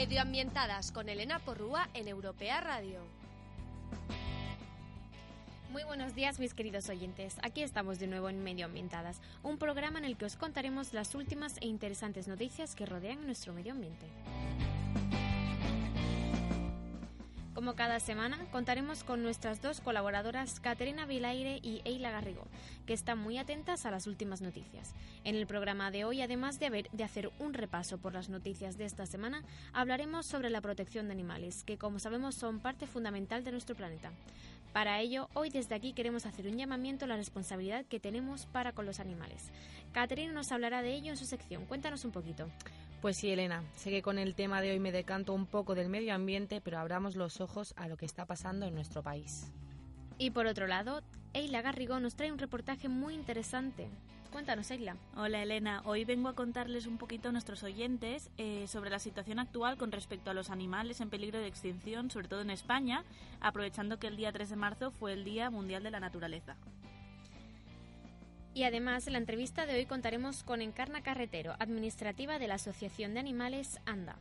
Medioambientadas con Elena Porrúa en Europea Radio. Muy buenos días, mis queridos oyentes. Aquí estamos de nuevo en Medioambientadas, un programa en el que os contaremos las últimas e interesantes noticias que rodean nuestro medio ambiente. Como cada semana, contaremos con nuestras dos colaboradoras, Caterina Vilaire y Eila Garrigo, que están muy atentas a las últimas noticias. En el programa de hoy, además de hacer un repaso por las noticias de esta semana, hablaremos sobre la protección de animales, que como sabemos son parte fundamental de nuestro planeta. Para ello, hoy desde aquí queremos hacer un llamamiento a la responsabilidad que tenemos para con los animales. Caterina nos hablará de ello en su sección. Cuéntanos un poquito. Pues sí, Elena, sé que con el tema de hoy me decanto un poco del medio ambiente, pero abramos los ojos a lo que está pasando en nuestro país. Y por otro lado, Eila Garrigo nos trae un reportaje muy interesante. Cuéntanos, Eila. Hola, Elena. Hoy vengo a contarles un poquito a nuestros oyentes sobre la situación actual con respecto a los animales en peligro de extinción, sobre todo en España, aprovechando que el día 3 de marzo fue el Día Mundial de la Naturaleza. Y además, en la entrevista de hoy contaremos con Encarna Carretero, administrativa de la Asociación de Animales ANDA.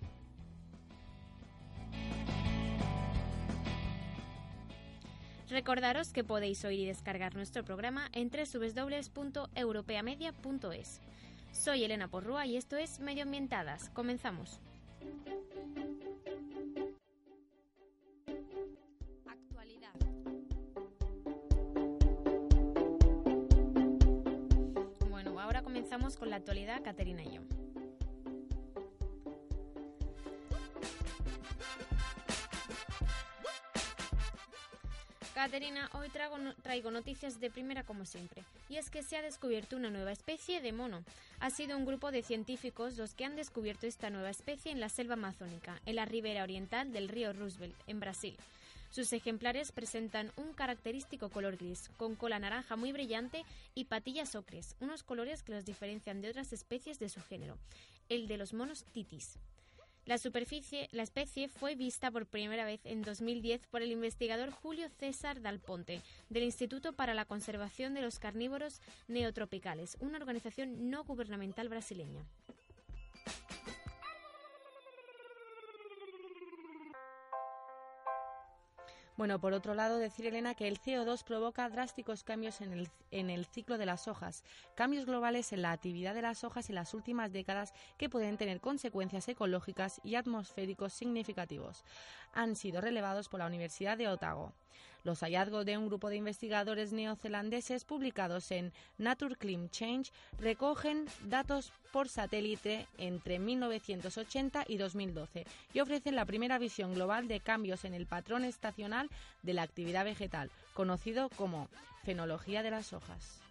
Recordaros que podéis oír y descargar nuestro programa en www.europeamedia.es. Soy Elena Porrúa y esto es Medioambientadas. Comenzamos. Actualidad. Bueno, ahora comenzamos con la actualidad, Caterina y yo. Caterina, hoy traigo noticias de primera como siempre, y es que se ha descubierto una nueva especie de mono. Ha sido un grupo de científicos los que han descubierto esta nueva especie en la selva amazónica, en la ribera oriental del río Roosevelt, en Brasil. Sus ejemplares presentan un característico color gris, con cola naranja muy brillante y patillas ocres, unos colores que los diferencian de otras especies de su género, el de los monos titis. La especie fue vista por primera vez en 2010 por el investigador Julio César Dal Ponte, del Instituto para la Conservación de los Carnívoros Neotropicales, una organización no gubernamental brasileña. Bueno, por otro lado, decir, Elena, que el CO2 provoca drásticos cambios en el ciclo de las hojas, cambios globales en la actividad de las hojas en las últimas décadas que pueden tener consecuencias ecológicas y atmosféricos significativos. Han sido relevados por la Universidad de Otago. Los hallazgos de un grupo de investigadores neozelandeses publicados en Nature Climate Change recogen datos por satélite entre 1980 y 2012 y ofrecen la primera visión global de cambios en el patrón estacional de la actividad vegetal, conocido como fenología de las hojas.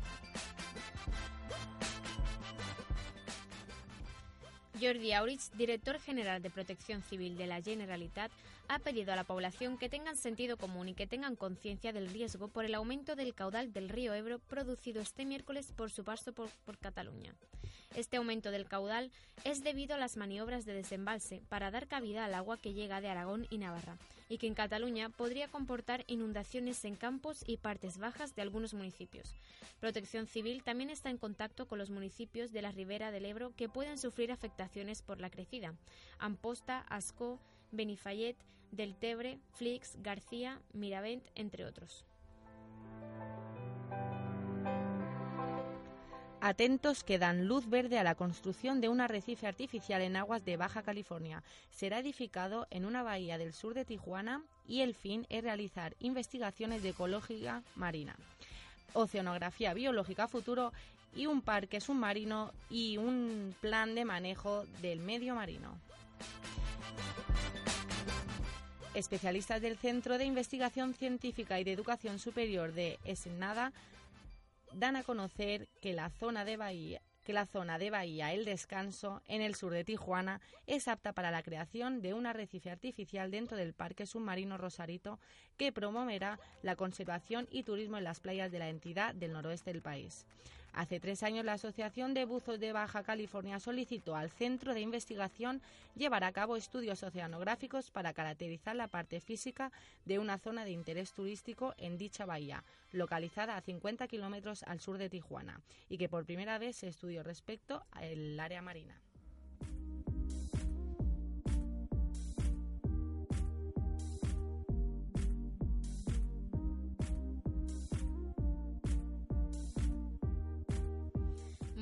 Jordi Aurich, director general de Protección Civil de la Generalitat, ha pedido a la población que tengan sentido común y que tengan conciencia del riesgo por el aumento del caudal del río Ebro producido este miércoles por su paso por Cataluña. Este aumento del caudal es debido a las maniobras de desembalse para dar cabida al agua que llega de Aragón y Navarra y que en Cataluña podría comportar inundaciones en campos y partes bajas de algunos municipios. Protección Civil también está en contacto con los municipios de la ribera del Ebro que pueden sufrir afectaciones por la crecida: Amposta, Ascó, Benifallet, Deltebre, Flix, García, Miravent, entre otros. Atentos que dan luz verde a la construcción de un arrecife artificial en aguas de Baja California. Será edificado en una bahía del sur de Tijuana y el fin es realizar investigaciones de ecología marina, oceanografía biológica a futuro y un parque submarino y un plan de manejo del medio marino. Especialistas del Centro de Investigación Científica y de Educación Superior de Ensenada dan a conocer que la zona de Bahía El Descanso, en el sur de Tijuana, es apta para la creación de un arrecife artificial dentro del Parque Submarino Rosarito, que promoverá la conservación y turismo en las playas de la entidad del noroeste del país. Hace 3 años, la Asociación de Buzos de Baja California solicitó al Centro de Investigación llevar a cabo estudios oceanográficos para caracterizar la parte física de una zona de interés turístico en dicha bahía, localizada a 50 kilómetros al sur de Tijuana, y que por primera vez se estudió respecto al área marina.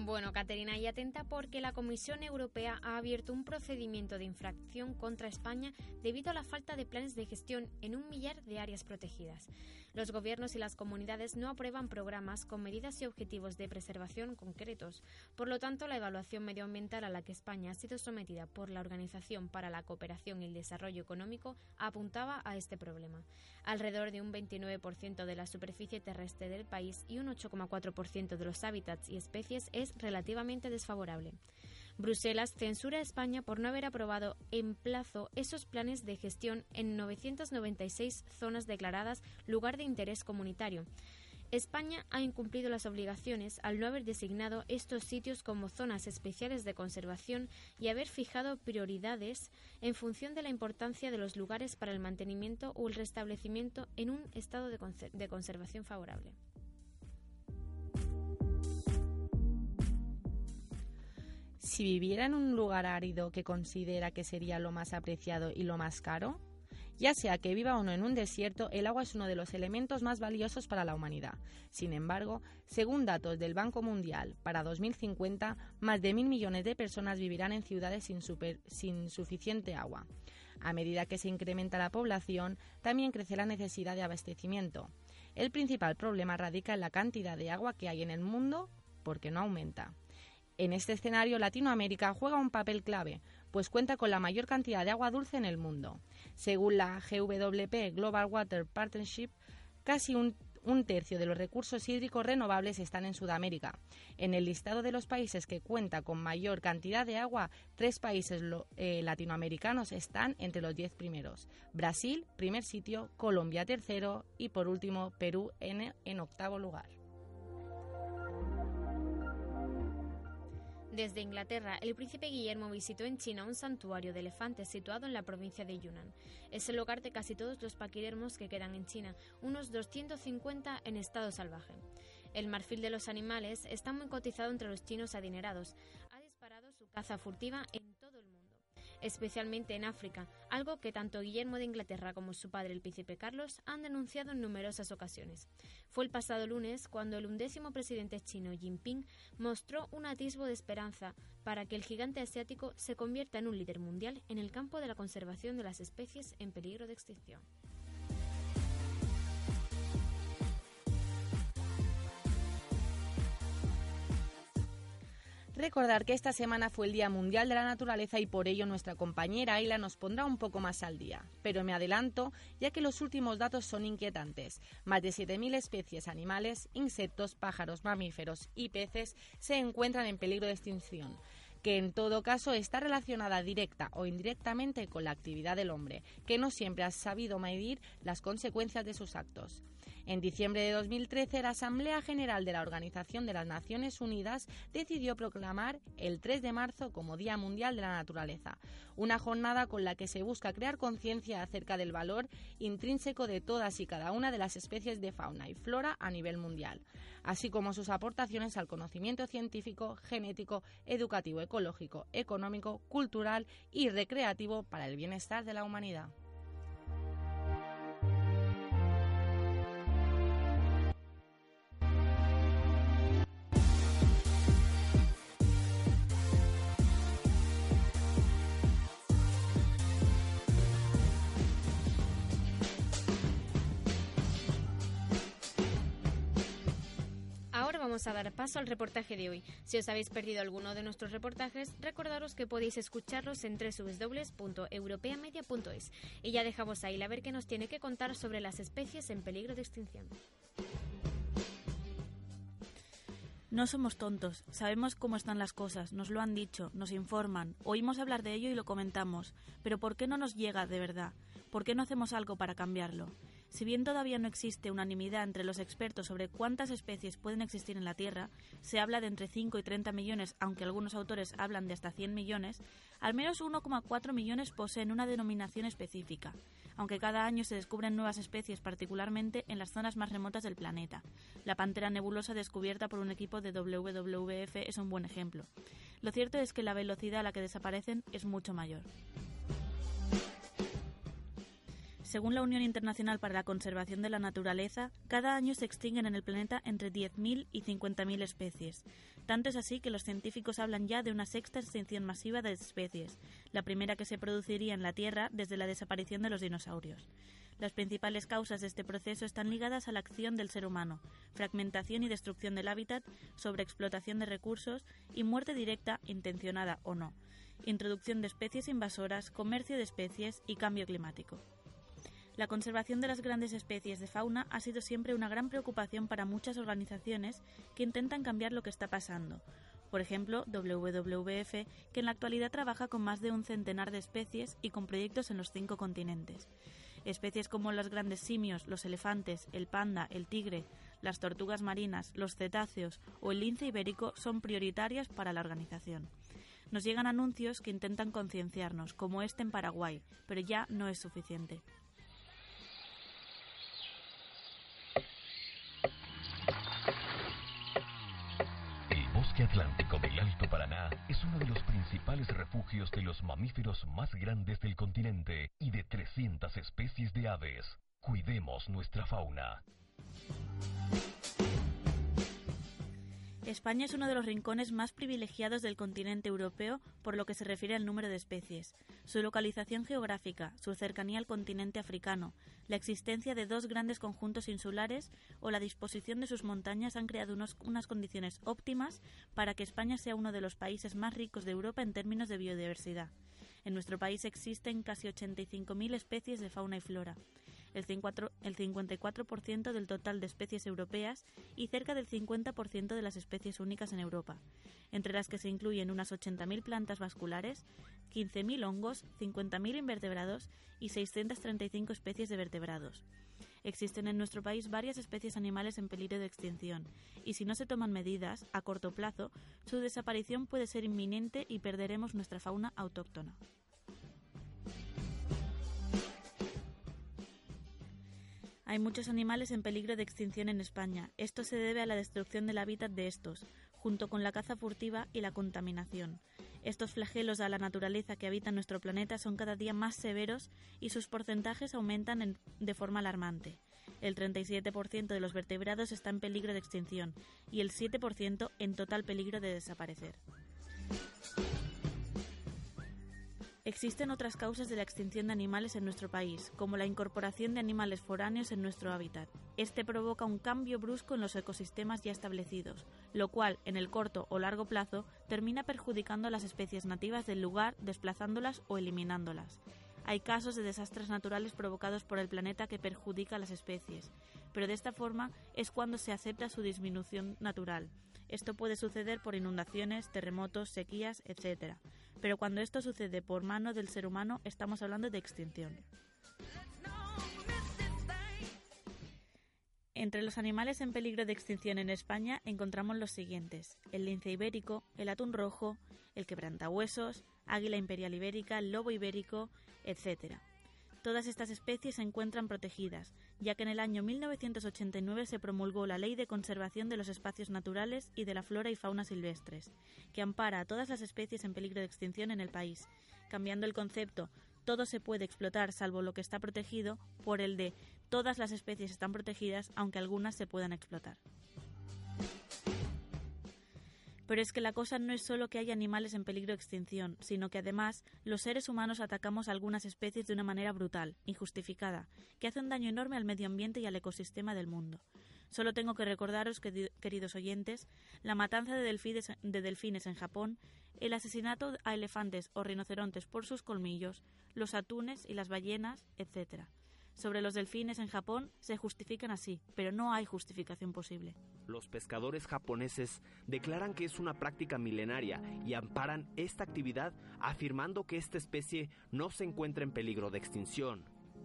Bueno, Caterina, y atenta porque la Comisión Europea ha abierto un procedimiento de infracción contra España debido a la falta de planes de gestión en 1 millar de áreas protegidas. Los gobiernos y las comunidades no aprueban programas con medidas y objetivos de preservación concretos. Por lo tanto, la evaluación medioambiental a la que España ha sido sometida por la Organización para la Cooperación y el Desarrollo Económico apuntaba a este problema. Alrededor de un 29% de la superficie terrestre del país y un 8,4% de los hábitats y especies es relativamente desfavorable. Bruselas censura a España por no haber aprobado en plazo esos planes de gestión en 996 zonas declaradas lugar de interés comunitario. España ha incumplido las obligaciones al no haber designado estos sitios como zonas especiales de conservación y haber fijado prioridades en función de la importancia de los lugares para el mantenimiento o el restablecimiento en un estado de conservación favorable. Si viviera en un lugar árido que considera que sería lo más apreciado y lo más caro, ya sea que viva o no en un desierto, el agua es uno de los elementos más valiosos para la humanidad. Sin embargo, según datos del Banco Mundial, para 2050, más de 1.000 millones de personas vivirán en ciudades sin suficiente agua. A medida que se incrementa la población, también crece la necesidad de abastecimiento. El principal problema radica en la cantidad de agua que hay en el mundo, porque no aumenta. En este escenario, Latinoamérica juega un papel clave, pues cuenta con la mayor cantidad de agua dulce en el mundo. Según la GWP Global Water Partnership, casi un tercio de los recursos hídricos renovables están en Sudamérica. En el listado de los países que cuenta con mayor cantidad de agua, 3 países latinoamericanos están entre los 10 primeros. Brasil, primer sitio, Colombia, tercero y por último Perú en octavo lugar. Desde Inglaterra, el príncipe Guillermo visitó en China un santuario de elefantes situado en la provincia de Yunnan. Es el hogar de casi todos los paquidermos que quedan en China, unos 250 en estado salvaje. El marfil de los animales está muy cotizado entre los chinos adinerados. Ha disparado su caza furtiva en todo el mundo, especialmente en África, algo que tanto Guillermo de Inglaterra como su padre, el príncipe Carlos, han denunciado en numerosas ocasiones. Fue el pasado lunes cuando el 11º presidente chino, Jinping, mostró un atisbo de esperanza para que el gigante asiático se convierta en un líder mundial en el campo de la conservación de las especies en peligro de extinción. Recordar que esta semana fue el Día Mundial de la Naturaleza y por ello nuestra compañera Ayla nos pondrá un poco más al día. Pero me adelanto, ya que los últimos datos son inquietantes. Más de 7.000 especies animales, insectos, pájaros, mamíferos y peces se encuentran en peligro de extinción, que en todo caso está relacionada directa o indirectamente con la actividad del hombre, que no siempre ha sabido medir las consecuencias de sus actos. En diciembre de 2013, la Asamblea General de la Organización de las Naciones Unidas decidió proclamar el 3 de marzo como Día Mundial de la Naturaleza, una jornada con la que se busca crear conciencia acerca del valor intrínseco de todas y cada una de las especies de fauna y flora a nivel mundial, así como sus aportaciones al conocimiento científico, genético, educativo, ecológico, económico, cultural y recreativo para el bienestar de la humanidad. Vamos a dar paso al reportaje de hoy. Si os habéis perdido alguno de nuestros reportajes, recordaros que podéis escucharlos en www.europeamedia.es. Y ya dejamos ahí a ver qué nos tiene que contar sobre las especies en peligro de extinción. No somos tontos, sabemos cómo están las cosas, nos lo han dicho, nos informan, oímos hablar de ello y lo comentamos, pero ¿por qué no nos llega de verdad? ¿Por qué no hacemos algo para cambiarlo? Si bien todavía no existe unanimidad entre los expertos sobre cuántas especies pueden existir en la Tierra, se habla de entre 5 y 30 millones, aunque algunos autores hablan de hasta 100 millones, al menos 1,4 millones poseen una denominación específica, aunque cada año se descubren nuevas especies, particularmente en las zonas más remotas del planeta. La pantera nebulosa descubierta por un equipo de WWF es un buen ejemplo. Lo cierto es que la velocidad a la que desaparecen es mucho mayor. Según la Unión Internacional para la Conservación de la Naturaleza, cada año se extinguen en el planeta entre 10.000 y 50.000 especies. Tanto es así que los científicos hablan ya de una sexta extinción masiva de especies, la primera que se produciría en la Tierra desde la desaparición de los dinosaurios. Las principales causas de este proceso están ligadas a la acción del ser humano, fragmentación y destrucción del hábitat, sobreexplotación de recursos y muerte directa, intencionada o no, introducción de especies invasoras, comercio de especies y cambio climático. La conservación de las grandes especies de fauna ha sido siempre una gran preocupación para muchas organizaciones que intentan cambiar lo que está pasando. Por ejemplo, WWF, que en la actualidad trabaja con más de un centenar de especies y con proyectos en los 5 continentes. Especies como los grandes simios, los elefantes, el panda, el tigre, las tortugas marinas, los cetáceos o el lince ibérico son prioritarias para la organización. Nos llegan anuncios que intentan concienciarnos, como este en Paraguay, pero ya no es suficiente. El bosque atlántico del Alto Paraná es uno de los principales refugios de los mamíferos más grandes del continente y de 300 especies de aves. Cuidemos nuestra fauna. España es uno de los rincones más privilegiados del continente europeo por lo que se refiere al número de especies. Su localización geográfica, su cercanía al continente africano, la existencia de 2 grandes conjuntos insulares o la disposición de sus montañas han creado unas condiciones óptimas para que España sea uno de los países más ricos de Europa en términos de biodiversidad. En nuestro país existen casi 85.000 especies de fauna y flora. El 54% del total de especies europeas y cerca del 50% de las especies únicas en Europa, entre las que se incluyen unas 80.000 plantas vasculares, 15.000 hongos, 50.000 invertebrados y 635 especies de vertebrados. Existen en nuestro país varias especies animales en peligro de extinción y si no se toman medidas a corto plazo, su desaparición puede ser inminente y perderemos nuestra fauna autóctona. Hay muchos animales en peligro de extinción en España. Esto se debe a la destrucción del hábitat de estos, junto con la caza furtiva y la contaminación. Estos flagelos a la naturaleza que habita nuestro planeta son cada día más severos y sus porcentajes aumentan de forma alarmante. El 37% de los vertebrados está en peligro de extinción y el 7% en total peligro de desaparecer. Existen otras causas de la extinción de animales en nuestro país, como la incorporación de animales foráneos en nuestro hábitat. Este provoca un cambio brusco en los ecosistemas ya establecidos, lo cual, en el corto o largo plazo, termina perjudicando a las especies nativas del lugar, desplazándolas o eliminándolas. Hay casos de desastres naturales provocados por el planeta que perjudica a las especies, pero de esta forma es cuando se acepta su disminución natural. Esto puede suceder por inundaciones, terremotos, sequías, etc. Pero cuando esto sucede por mano del ser humano, estamos hablando de extinción. Entre los animales en peligro de extinción en España encontramos los siguientes: el lince ibérico, el atún rojo, el quebrantahuesos, águila imperial ibérica, el lobo ibérico, etc. Todas estas especies se encuentran protegidas, ya que en el año 1989 se promulgó la Ley de Conservación de los Espacios Naturales y de la Flora y Fauna Silvestres, que ampara a todas las especies en peligro de extinción en el país, cambiando el concepto «todo se puede explotar salvo lo que está protegido» por el de «todas las especies están protegidas aunque algunas se puedan explotar». Pero es que la cosa no es solo que haya animales en peligro de extinción, sino que además los seres humanos atacamos a algunas especies de una manera brutal, injustificada, que hace un daño enorme al medio ambiente y al ecosistema del mundo. Solo tengo que recordaros, queridos oyentes, la matanza de delfines en Japón, el asesinato a elefantes o rinocerontes por sus colmillos, los atunes y las ballenas, etc. Sobre los delfines en Japón se justifican así, pero no hay justificación posible. Los pescadores japoneses declaran que es una práctica milenaria y amparan esta actividad afirmando que esta especie no se encuentra en peligro de extinción.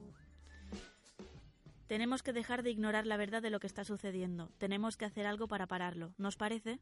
Tenemos que dejar de ignorar la verdad de lo que está sucediendo. Tenemos que hacer algo para pararlo. ¿No os parece?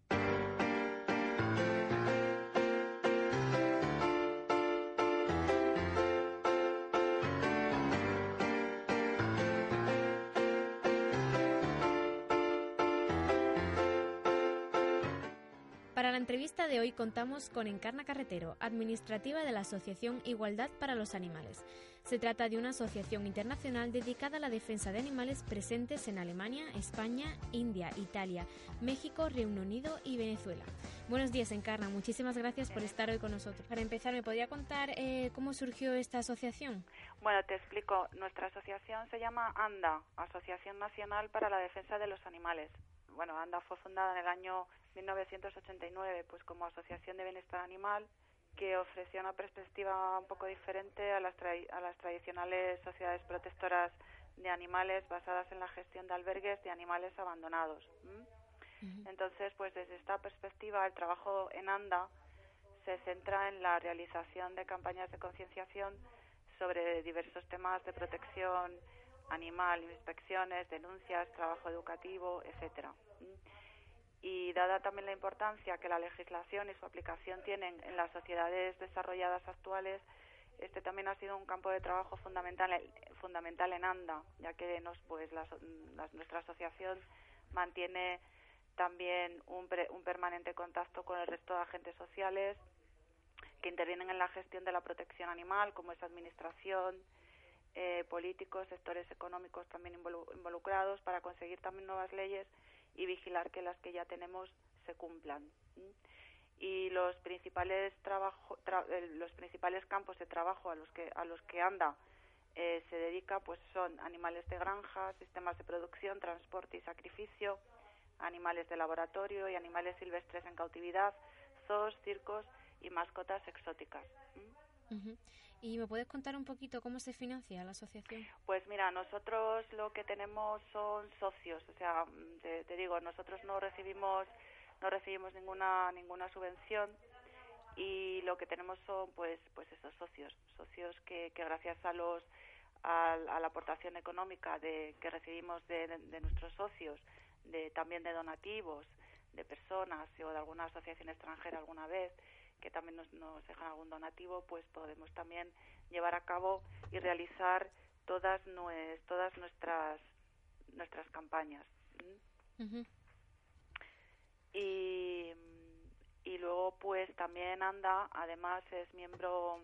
Para la entrevista de hoy contamos con Encarna Carretero, administrativa de la Asociación Igualdad para los Animales. Se trata de una asociación internacional dedicada a la defensa de animales presentes en Alemania, España, India, Italia, México, Reino Unido y Venezuela. Buenos días, Encarna. Muchísimas gracias por estar hoy con nosotros. Para empezar, ¿me podría contar cómo surgió esta asociación? Bueno, te explico. Nuestra asociación se llama ANDA, Asociación Nacional para la Defensa de los Animales. Bueno, ANDA fue fundada en el año 1989, pues como asociación de bienestar animal, que ofrecía una perspectiva un poco diferente a las tradicionales sociedades protectoras de animales basadas en la gestión de albergues de animales abandonados. Entonces, pues desde esta perspectiva, el trabajo en ANDA se centra en la realización de campañas de concienciación sobre diversos temas de protección animal, inspecciones, denuncias, trabajo educativo, etcétera. Y dada también la importancia que la legislación y su aplicación tienen en las sociedades desarrolladas actuales, este también ha sido un campo de trabajo fundamental en ANDA, ya que nuestra asociación mantiene también un permanente contacto con el resto de agentes sociales que intervienen en la gestión de la protección animal, como es administración, políticos, sectores económicos también involucrados, para conseguir también nuevas leyes y vigilar que las que ya tenemos se cumplan. Y los principales campos de trabajo a los que ANDA se dedica, pues son animales de granja, sistemas de producción, transporte y sacrificio, animales de laboratorio y animales silvestres en cautividad, zoos, circos y mascotas exóticas. ¿Y me puedes contar un poquito cómo se financia la asociación? Pues mira, nosotros lo que tenemos son socios, o sea, te digo, nosotros no recibimos ninguna subvención, y lo que tenemos son pues esos socios que gracias a la aportación económica que recibimos de nuestros socios, también de donativos, de personas o de alguna asociación extranjera alguna vez, que también nos dejan algún donativo, pues podemos también llevar a cabo y realizar todas nuestras campañas. Y luego pues también ANDA además es miembro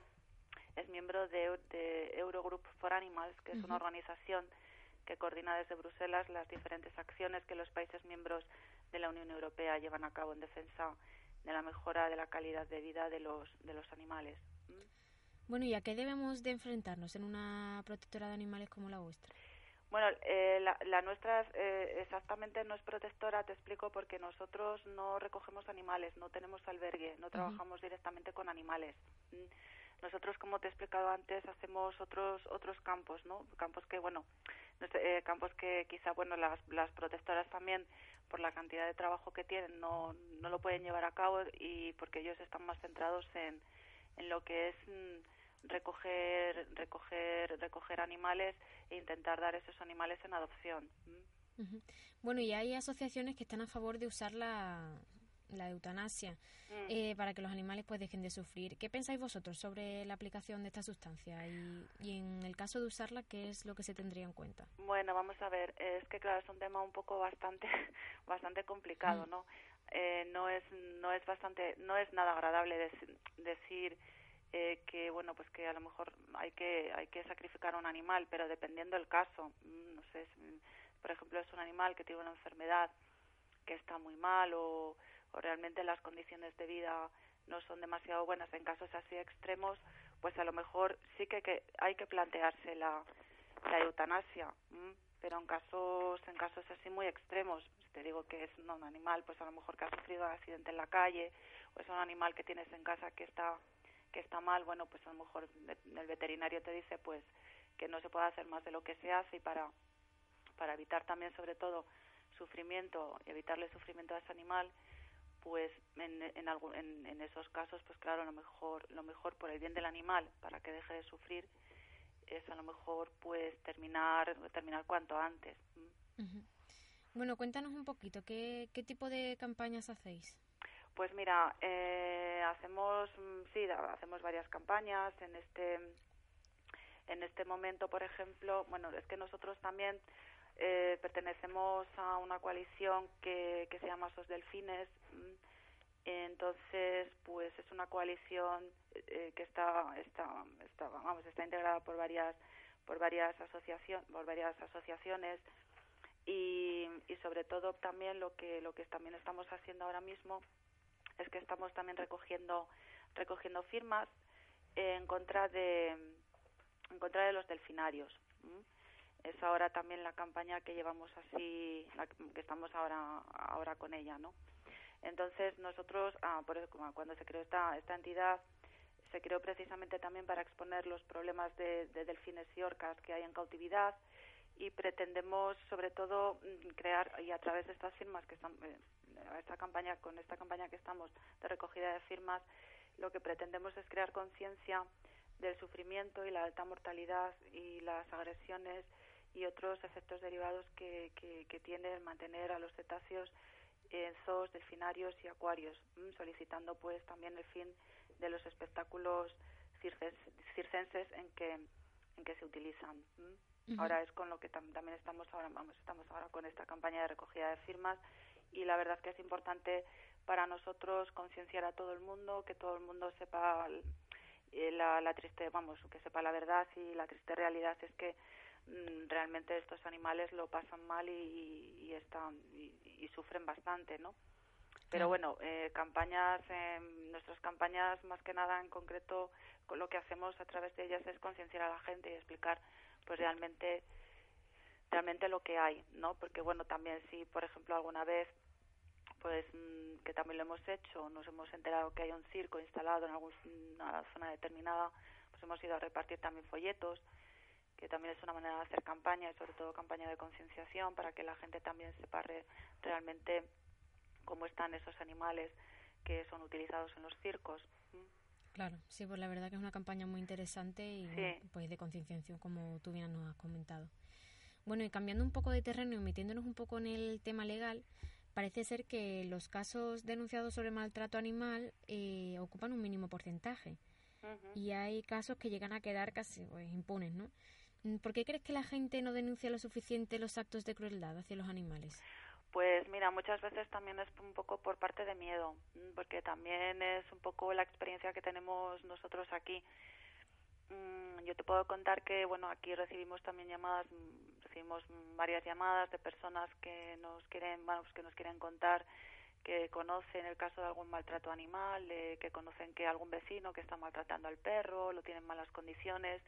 de Eurogroup for Animals, que es una organización que coordina desde Bruselas las diferentes acciones que los países miembros de la Unión Europea llevan a cabo en defensa de la mejora de la calidad de vida de los animales. Bueno, ¿y a qué debemos de enfrentarnos en una protectora de animales como la vuestra? Bueno, la nuestra exactamente no es protectora, te explico, porque nosotros no recogemos animales, no tenemos albergue, no trabajamos directamente con animales. Nosotros, como te he explicado antes, hacemos otros campos, ¿no? Campos que quizá, bueno, las protectoras también, por la cantidad de trabajo que tienen, no lo pueden llevar a cabo, y porque ellos están más centrados en lo que es recoger animales e intentar dar esos animales en adopción. Bueno, y hay asociaciones que están a favor de usar la eutanasia para que los animales pues dejen de sufrir. ¿Qué pensáis vosotros sobre la aplicación de esta sustancia? Y en el caso de usarla, ¿qué es lo que se tendría en cuenta? Bueno, vamos a ver, es que claro, es un tema un poco bastante complicado, ¿no? No es nada agradable decir que bueno, pues que a lo mejor hay que sacrificar a un animal, pero dependiendo del caso, no sé, por ejemplo, es un animal que tiene una enfermedad que está muy mal, o realmente las condiciones de vida no son demasiado buenas, en casos así extremos, pues a lo mejor sí que hay que plantearse la eutanasia, pero en casos así muy extremos, te digo que es un animal, pues a lo mejor que ha sufrido un accidente en la calle, o es un animal que tienes en casa que está mal, bueno, pues a lo mejor el veterinario te dice pues que no se puede hacer más de lo que se hace, y para evitar también, sobre todo, sufrimiento, y evitarle sufrimiento a ese animal, pues en esos casos, pues claro, lo mejor por el bien del animal, para que deje de sufrir, es a lo mejor pues terminar cuanto antes. Bueno, cuéntanos un poquito, ¿qué tipo de campañas hacéis? Pues mira, hacemos varias campañas en este momento. Por ejemplo, bueno, es que nosotros también pertenecemos a una coalición que se llama SOS Delfines, Entonces, pues es una coalición que está integrada por varias asociaciones y sobre todo también lo que también estamos haciendo ahora mismo es que estamos también recogiendo firmas en contra de los delfinarios. Es ahora también la campaña que llevamos que estamos ahora con ella, ¿no? Entonces nosotros, por eso, cuando se creó esta entidad, se creó precisamente también para exponer los problemas de delfines y orcas que hay en cautividad, y pretendemos sobre todo crear, y a través de estas firmas que están con esta campaña que estamos de recogida de firmas, lo que pretendemos es crear conciencia del sufrimiento y la alta mortalidad y las agresiones y otros efectos derivados que tiene el mantener a los cetáceos en zoos, delfinarios y acuarios, solicitando pues también el fin de los espectáculos circenses en que se utilizan. Ahora es con lo que también estamos ahora con esta campaña de recogida de firmas, y la verdad es que es importante para nosotros concienciar a todo el mundo, que todo el mundo sepa que sepa la verdad, y la triste realidad es que realmente estos animales lo pasan mal y sufren bastante, ¿no? Pero bueno, nuestras campañas más que nada en concreto, con lo que hacemos a través de ellas es concienciar a la gente y explicar pues realmente lo que hay, ¿no? Porque bueno, también si por ejemplo alguna vez pues que también lo hemos hecho, nos hemos enterado que hay un circo instalado en alguna zona determinada, pues hemos ido a repartir también folletos, que también es una manera de hacer campaña, y sobre todo campaña de concienciación, para que la gente también sepa realmente cómo están esos animales que son utilizados en los circos. Claro, sí, pues la verdad que es una campaña muy interesante y sí. Pues de concienciación, como tú bien nos has comentado. Bueno, y cambiando un poco de terreno y metiéndonos un poco en el tema legal, parece ser que los casos denunciados sobre maltrato animal ocupan un mínimo porcentaje. Y hay casos que llegan a quedar casi impunes, ¿no? ¿Por qué crees que la gente no denuncia lo suficiente los actos de crueldad hacia los animales? Pues mira, muchas veces también es un poco por parte de miedo, porque también es un poco la experiencia que tenemos nosotros aquí. Yo te puedo contar que, bueno, aquí recibimos varias llamadas de personas que nos quieren contar que conocen el caso de algún maltrato animal, que conocen que algún vecino que está maltratando al perro, lo tiene en malas condiciones,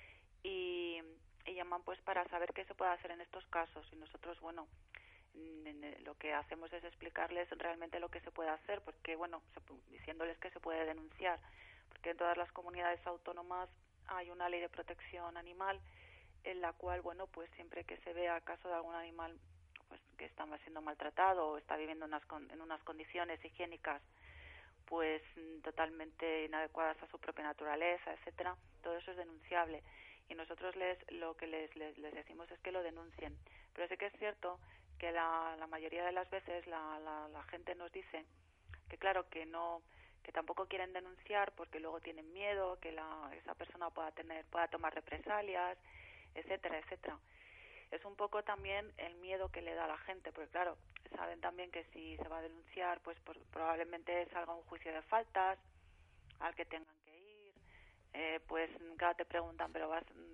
y llaman pues para saber qué se puede hacer en estos casos. Y nosotros, bueno, lo que hacemos es explicarles realmente lo que se puede hacer, porque bueno, diciéndoles que se puede denunciar, porque en todas las comunidades autónomas hay una ley de protección animal en la cual, bueno, pues siempre que se vea caso de algún animal pues que está siendo maltratado o está viviendo en unas condiciones higiénicas pues totalmente inadecuadas a su propia naturaleza, etcétera, todo eso es denunciable, y nosotros lo que les decimos es que lo denuncien. Pero sí que es cierto que la mayoría de las veces la gente nos dice que claro, que tampoco quieren denunciar porque luego tienen miedo que esa persona pueda tomar represalias, etcétera, etcétera. Es un poco también el miedo que le da a la gente, porque claro, saben también que si se va a denunciar, pues probablemente salga un juicio de faltas al que tengan que ir. Pues claro, te preguntan, pero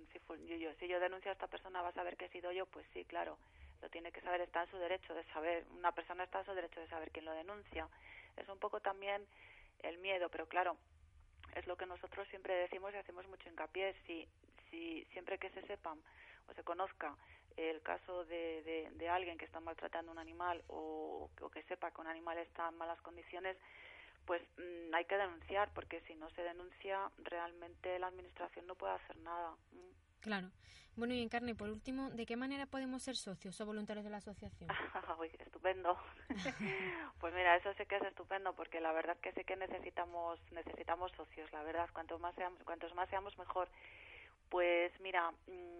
si yo denuncio a esta persona, ¿vas a ver que he sido yo? Pues sí, claro, lo tiene que saber, está en su derecho de saber, una persona está en su derecho de saber quién lo denuncia. Es un poco también el miedo, pero claro, es lo que nosotros siempre decimos y hacemos mucho hincapié. Si siempre que se sepan o se conozca el caso de alguien que está maltratando a un animal o que sepa que un animal está en malas condiciones, pues hay que denunciar, porque si no se denuncia realmente la administración no puede hacer nada. Claro. Bueno, y Encarne, por último, ¿de qué manera podemos ser socios o voluntarios de la asociación? Uy, estupendo. Pues mira, eso sí que es estupendo, porque la verdad que sí que necesitamos socios, la verdad, cuantos más seamos mejor. Pues mira,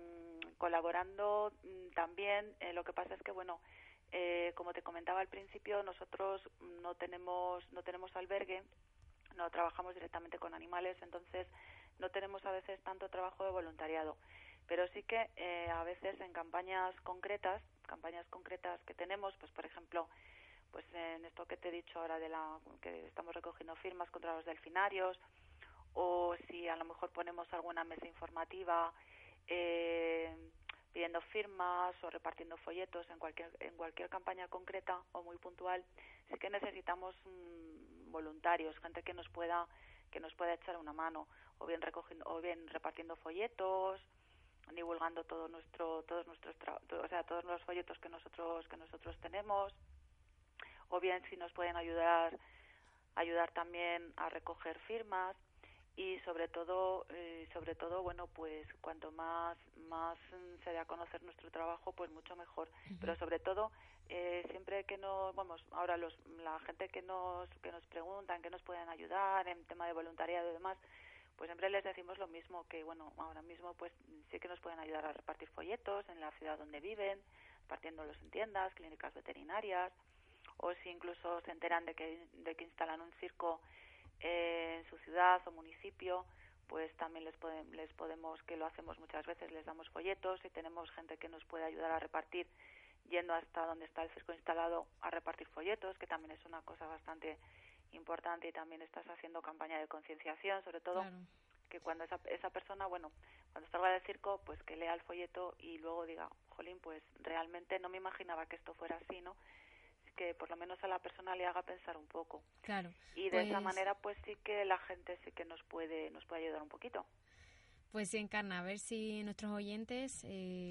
colaborando también, lo que pasa es que bueno, como te comentaba al principio, nosotros no tenemos albergue, no trabajamos directamente con animales, entonces no tenemos a veces tanto trabajo de voluntariado, pero sí que a veces en campañas concretas que tenemos, pues por ejemplo, pues en esto que te he dicho ahora que estamos recogiendo firmas contra los delfinarios, o si a lo mejor ponemos alguna mesa informativa pidiendo firmas o repartiendo folletos en cualquier campaña concreta o muy puntual, sí que necesitamos voluntarios, gente que nos pueda echar una mano, o bien repartiendo folletos, divulgando todos los folletos que nosotros tenemos, o bien si nos pueden ayudar también a recoger firmas. Y sobre todo, bueno, pues cuanto más se dé a conocer nuestro trabajo, pues mucho mejor. Uh-huh. Pero sobre todo, siempre que ahora la gente que nos preguntan, que nos pueden ayudar en tema de voluntariado y demás, pues siempre les decimos lo mismo, que bueno, ahora mismo pues sí que nos pueden ayudar a repartir folletos en la ciudad donde viven, repartiéndolos en tiendas, clínicas veterinarias, o si incluso se enteran de que instalan un circo en su ciudad o municipio, pues también les podemos, que lo hacemos muchas veces, les damos folletos y tenemos gente que nos puede ayudar a repartir, yendo hasta donde está el circo instalado a repartir folletos, que también es una cosa bastante importante, y también estás haciendo campaña de concienciación, sobre todo, claro, que cuando esa persona, bueno, cuando salga del circo, pues que lea el folleto y luego diga, jolín, pues realmente no me imaginaba que esto fuera así, ¿no? Que por lo menos a la persona le haga pensar un poco. Claro. Y de esa manera pues sí que la gente sí que nos puede ayudar un poquito. Pues sí, Encarna, a ver si nuestros oyentes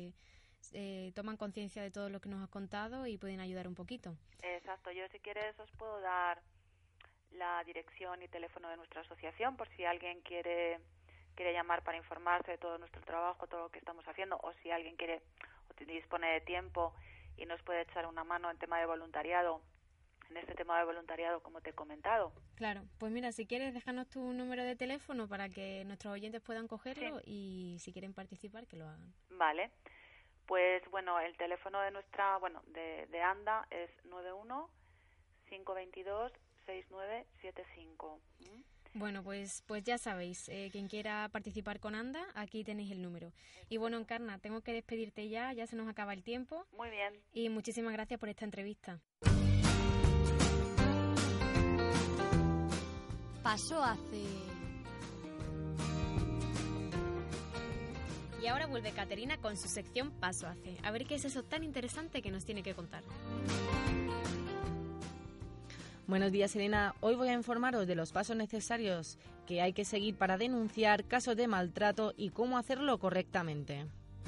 toman conciencia de todo lo que nos has contado y pueden ayudar un poquito. Exacto. Yo, si quieres, os puedo dar la dirección y teléfono de nuestra asociación por si alguien quiere llamar para informarse de todo nuestro trabajo, todo lo que estamos haciendo, o si alguien quiere o dispone de tiempo y nos puede echar una mano en tema de voluntariado, en este tema de voluntariado como te he comentado. Claro, pues mira, si quieres déjanos tu número de teléfono para que nuestros oyentes puedan cogerlo, sí, y si quieren participar que lo hagan. Vale, pues bueno, el teléfono de de ANDA es 91-522-6975. Bueno, pues ya sabéis, quien quiera participar con ANDA, aquí tenéis el número. Y bueno, Encarna, tengo que despedirte ya se nos acaba el tiempo. Muy bien. Y muchísimas gracias por esta entrevista. Paso hace... Y ahora vuelve Caterina con su sección Paso hace. A ver qué es eso tan interesante que nos tiene que contar. Buenos días, Elena. Hoy voy a informaros de los pasos necesarios que hay que seguir para denunciar casos de maltrato y cómo hacerlo correctamente.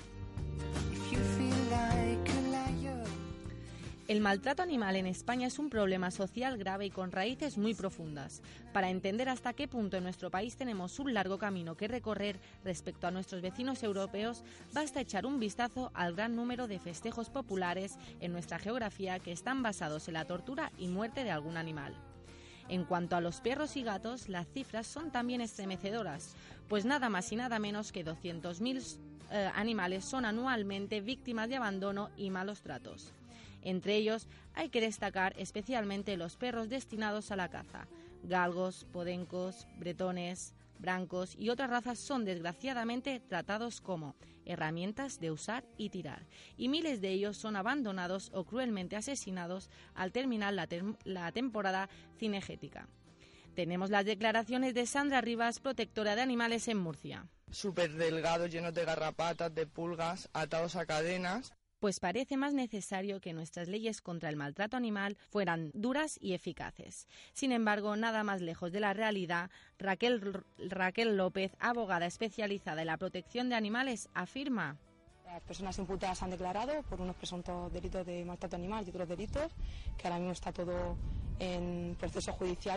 El maltrato animal en España es un problema social grave y con raíces muy profundas. Para entender hasta qué punto en nuestro país tenemos un largo camino que recorrer respecto a nuestros vecinos europeos, basta echar un vistazo al gran número de festejos populares en nuestra geografía que están basados en la tortura y muerte de algún animal. En cuanto a los perros y gatos, las cifras son también estremecedoras, pues nada más y nada menos que 200.000 animales son anualmente víctimas de abandono y malos tratos. Entre ellos hay que destacar especialmente los perros destinados a la caza. Galgos, podencos, bretones, brancos y otras razas son desgraciadamente tratados como herramientas de usar y tirar, y miles de ellos son abandonados o cruelmente asesinados al terminar la temporada cinegética. Tenemos las declaraciones de Sandra Rivas, protectora de animales en Murcia. Súper delgados, llenos de garrapatas, de pulgas, atados a cadenas. Pues parece más necesario que nuestras leyes contra el maltrato animal fueran duras y eficaces. Sin embargo, nada más lejos de la realidad, Raquel López, abogada especializada en la protección de animales, afirma: las personas imputadas han declarado por unos presuntos delitos de maltrato animal y otros delitos, que ahora mismo está todo en proceso judicial.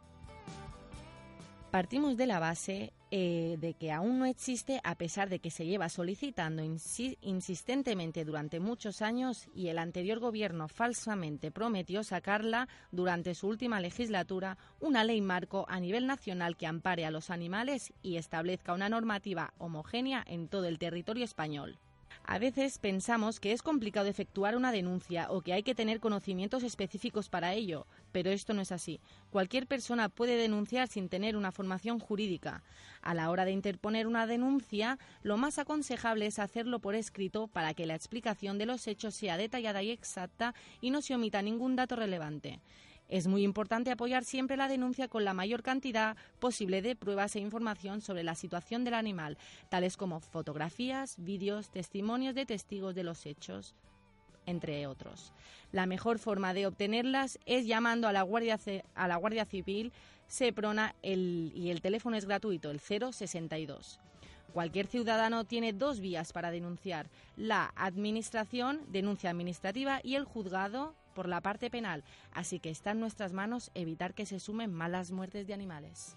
Partimos de la base de que aún no existe, a pesar de que se lleva solicitando insistentemente durante muchos años, y el anterior gobierno falsamente prometió sacarla durante su última legislatura, una ley marco a nivel nacional que ampare a los animales y establezca una normativa homogénea en todo el territorio español. A veces pensamos que es complicado efectuar una denuncia o que hay que tener conocimientos específicos para ello, pero esto no es así. Cualquier persona puede denunciar sin tener una formación jurídica. A la hora de interponer una denuncia, lo más aconsejable es hacerlo por escrito para que la explicación de los hechos sea detallada y exacta y no se omita ningún dato relevante. Es muy importante apoyar siempre la denuncia con la mayor cantidad posible de pruebas e información sobre la situación del animal, tales como fotografías, vídeos, testimonios de testigos de los hechos, entre otros. La mejor forma de obtenerlas es llamando a la Guardia Civil, Seprona y el teléfono es gratuito, el 062. Cualquier ciudadano tiene dos vías para denunciar: la administración, denuncia administrativa, y el juzgado por la parte penal, así que está en nuestras manos evitar que se sumen malas muertes de animales.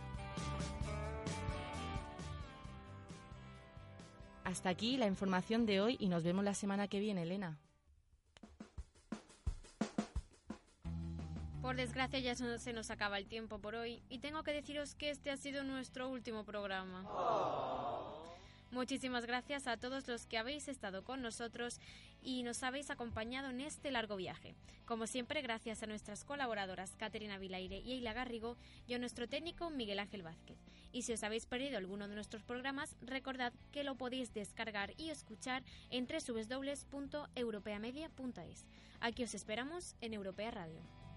Hasta aquí la información de hoy y nos vemos la semana que viene, Elena. Por desgracia ya se nos acaba el tiempo por hoy y tengo que deciros que este ha sido nuestro último programa. Muchísimas gracias a todos los que habéis estado con nosotros y nos habéis acompañado en este largo viaje. Como siempre, gracias a nuestras colaboradoras Caterina Vilaire y Eila Garrigo y a nuestro técnico Miguel Ángel Vázquez. Y si os habéis perdido alguno de nuestros programas, recordad que lo podéis descargar y escuchar en www.europeamedia.es. Aquí os esperamos en Europea Radio.